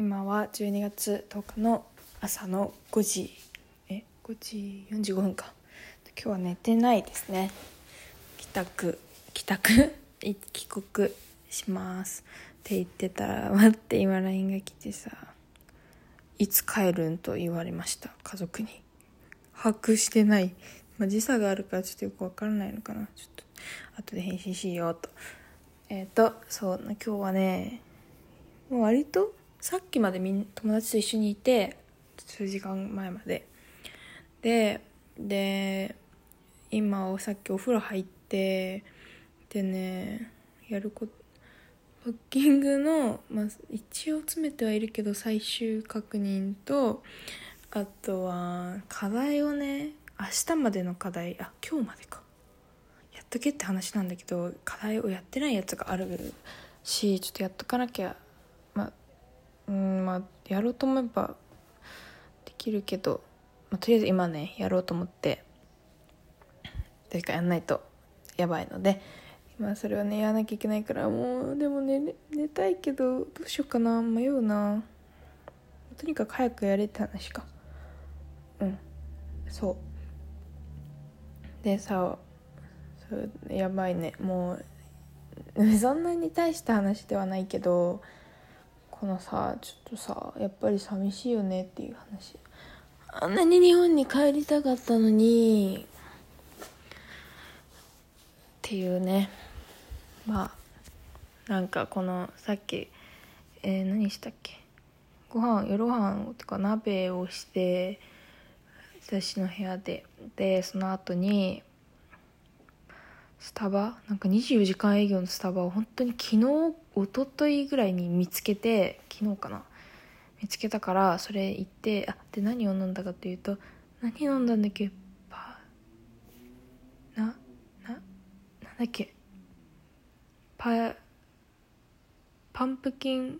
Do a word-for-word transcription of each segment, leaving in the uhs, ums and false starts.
今はじゅうにがつとおかの朝のごじえごじよんじゅうごふんか。今日は寝てないですね。帰宅帰宅帰国しますって言ってたら、待って、今 ライン が来てさ、いつ帰るんと言われました。家族に把握してない、まあ、時差があるからちょっとよくわからないのかな。ちょっと後で返信しようと。えっ、ー、とそう今日はね、もう割とさっきまでみん友達と一緒にいて、数時間前まででで今さっきお風呂入ってでね、やることパッキングの、まあ、一応詰めてはいるけど最終確認と、あとは課題をね、明日までの課題、あ今日までかやっとけって話なんだけど、課題をやってないやつがあるし、ちょっとやっとかなきゃ。まあうんまあやろうと思えばできるけど、まあ、とりあえず今ねやろうと思ってというかやんないとやばいので、今それをねやらなきゃいけないから、もうでもね 寝, 寝たいけどどうしようかな、迷うな。とにかく早くやれって話か。うんそうでさ、そうやばいね。もうそんなに大した話ではないけど、このさちょっとさやっぱり寂しいよねっていう話。あんなに日本に帰りたかったのにっていうね。まあなんかこのさっき、えー、何したっけ、ご飯夜ご飯とか鍋をして、私の部屋ででその後にスタバ、なんかにじゅうよじかん営業のスタバを本当に昨日一昨日ぐらいに見つけて、昨日かな見つけたから、それ行って、あで何を飲んだかというと、何飲んだんだっけ、パなななんだっけパパンプキン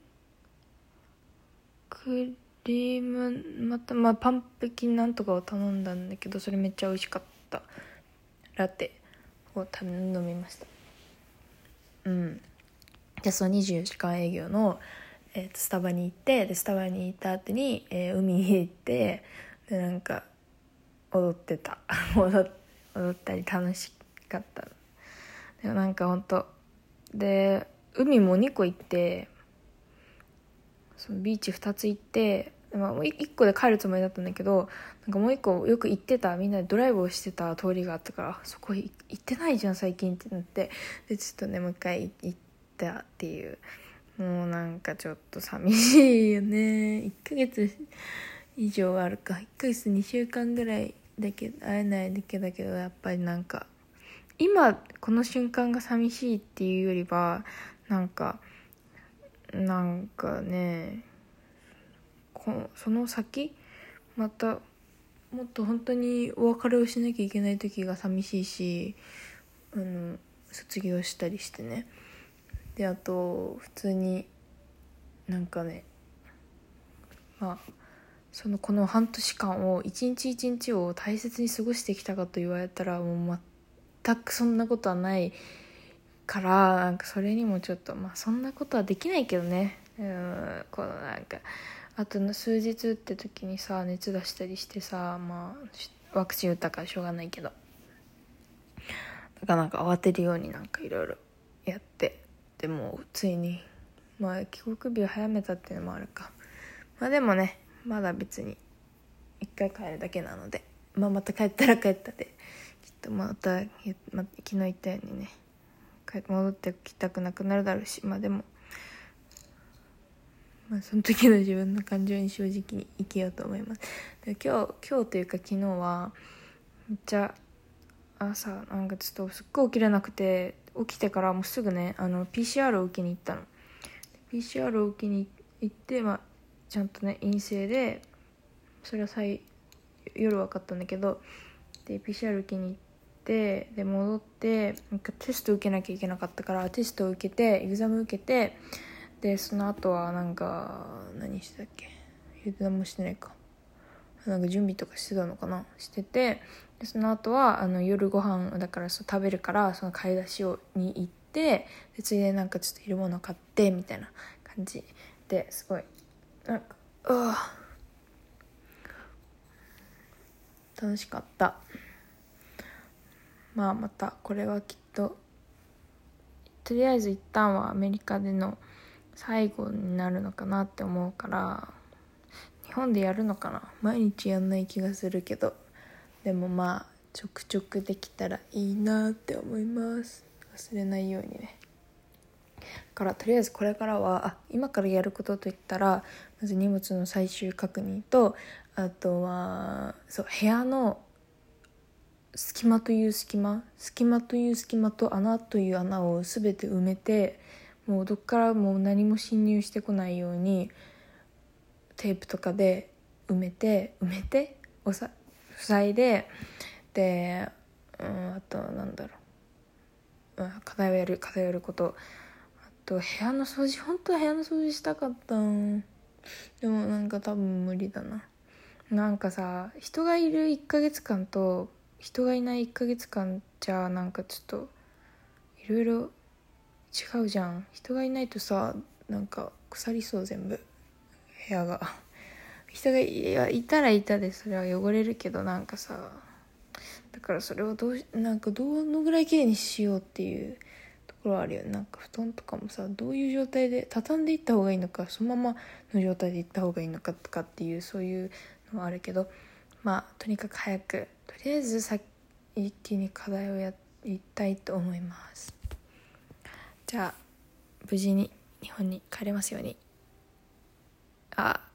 クリームまたまあパンプキンなんとかを頼んだんだけど、それめっちゃ美味しかった。ラテを頼みました。うんでそのにじゅうよじかん営業の、えー、とスタバに行って、でスタバに行った後に、えー、海に行って、でなんか踊ってた踊踊ったり楽しかった。でもなんかほんとで海もにこ行って、そのビーチふたつ行って、まあ、いっこで帰るつもりだったんだけど、なんかもういっこよく行ってた、みんなでドライブをしてた通りがあったから、そこ行ってないじゃん最近ってなって、でちょっとねもう一回行ったっていう。もうなんかちょっと寂しいよね。いっかげつ以上あるか、いっかげつにしゅうかんぐらいだけ会えないだけだけど、やっぱりなんか今この瞬間が寂しいっていうよりは、なんかなんかね、こその先またもっと本当にお別れをしなきゃいけない時が寂しいし、あの卒業したりしてね。であと普通になんかね、まあそのこの半年間を一日一日を大切に過ごしてきたかと言われたら、もう全くそんなことはないから、なんかそれにもちょっと、まあそんなことはできないけどね。うんこのなんかあとの数日って時にさ熱出したりしてさ、まあワクチン打ったからしょうがないけど、だからなんか慌てるようになんかいろいろやって、でもついにまあ帰国日を早めたっていうのもあるか。まあでもね、まだ別に一回帰るだけなので、まあまた帰ったら帰ったで、きっとまた、ま、昨日言ったようにね戻ってきたくなくなるだろうし、まあでもまあ、その時の自分の感情に正直に生きようと思います。で今日今日というか昨日はめっちゃ朝なんかちょっとすっごい起きれなくて、起きてからもうすぐねあの ピーシーアール を受けに行ったの。 ピーシーアール を受けに行って、まあ、ちゃんとね陰性で、それは最夜分かったんだけど、で ピーシーアール 受けに行って、で戻ってなんかテスト受けなきゃいけなかったから、テストを受けてエグザム受けて、でその後はなんか何してたっけ、何もしてないか、なんか準備とかしてたのかな、してて、でその後はあの夜ご飯だからそう食べるから、その買い出しをに行って、でついでなんかちょっといるもの買ってみたいな感じですごいなんかうわ楽しかった。まあまたこれはきっととりあえず一旦はアメリカでの最後になるのかなって思うから、日本でやるのかな。毎日やんない気がするけど、でもまあちょくちょくできたらいいなって思います。忘れないようにね。だからとりあえずこれからはあ今からやることといったら、まず荷物の最終確認と、あとはそう部屋の隙間という隙間隙間という隙間と穴という穴を全て埋めて、もうどっからもう何も侵入してこないようにテープとかで埋めて埋めておさ塞いで、で、うん、あとなんだろう、うん、課題をやる課題をやること、あと部屋の掃除、本当は部屋の掃除したかったん。でもなんか多分無理だな。なんかさ、人がいるいっかげつかんと人がいないいっかげつかんじゃなんかちょっといろいろ違うじゃん。人がいないとさ、なんか腐りそう、全部部屋が。人が い, やいたらいたでそれは汚れるけど、なんかさ、だからそれをどうなんかどのぐらい綺麗にしようっていうところはあるよね。なんか布団とかもさ、どういう状態で畳んでいった方がいいのか、そのままの状態でいった方がいいのかとかっていう、そういうのはあるけど、まあとにかく早くとりあえずさ一気に課題をやりたいと思います。じゃあ無事に日本に帰れますように。あ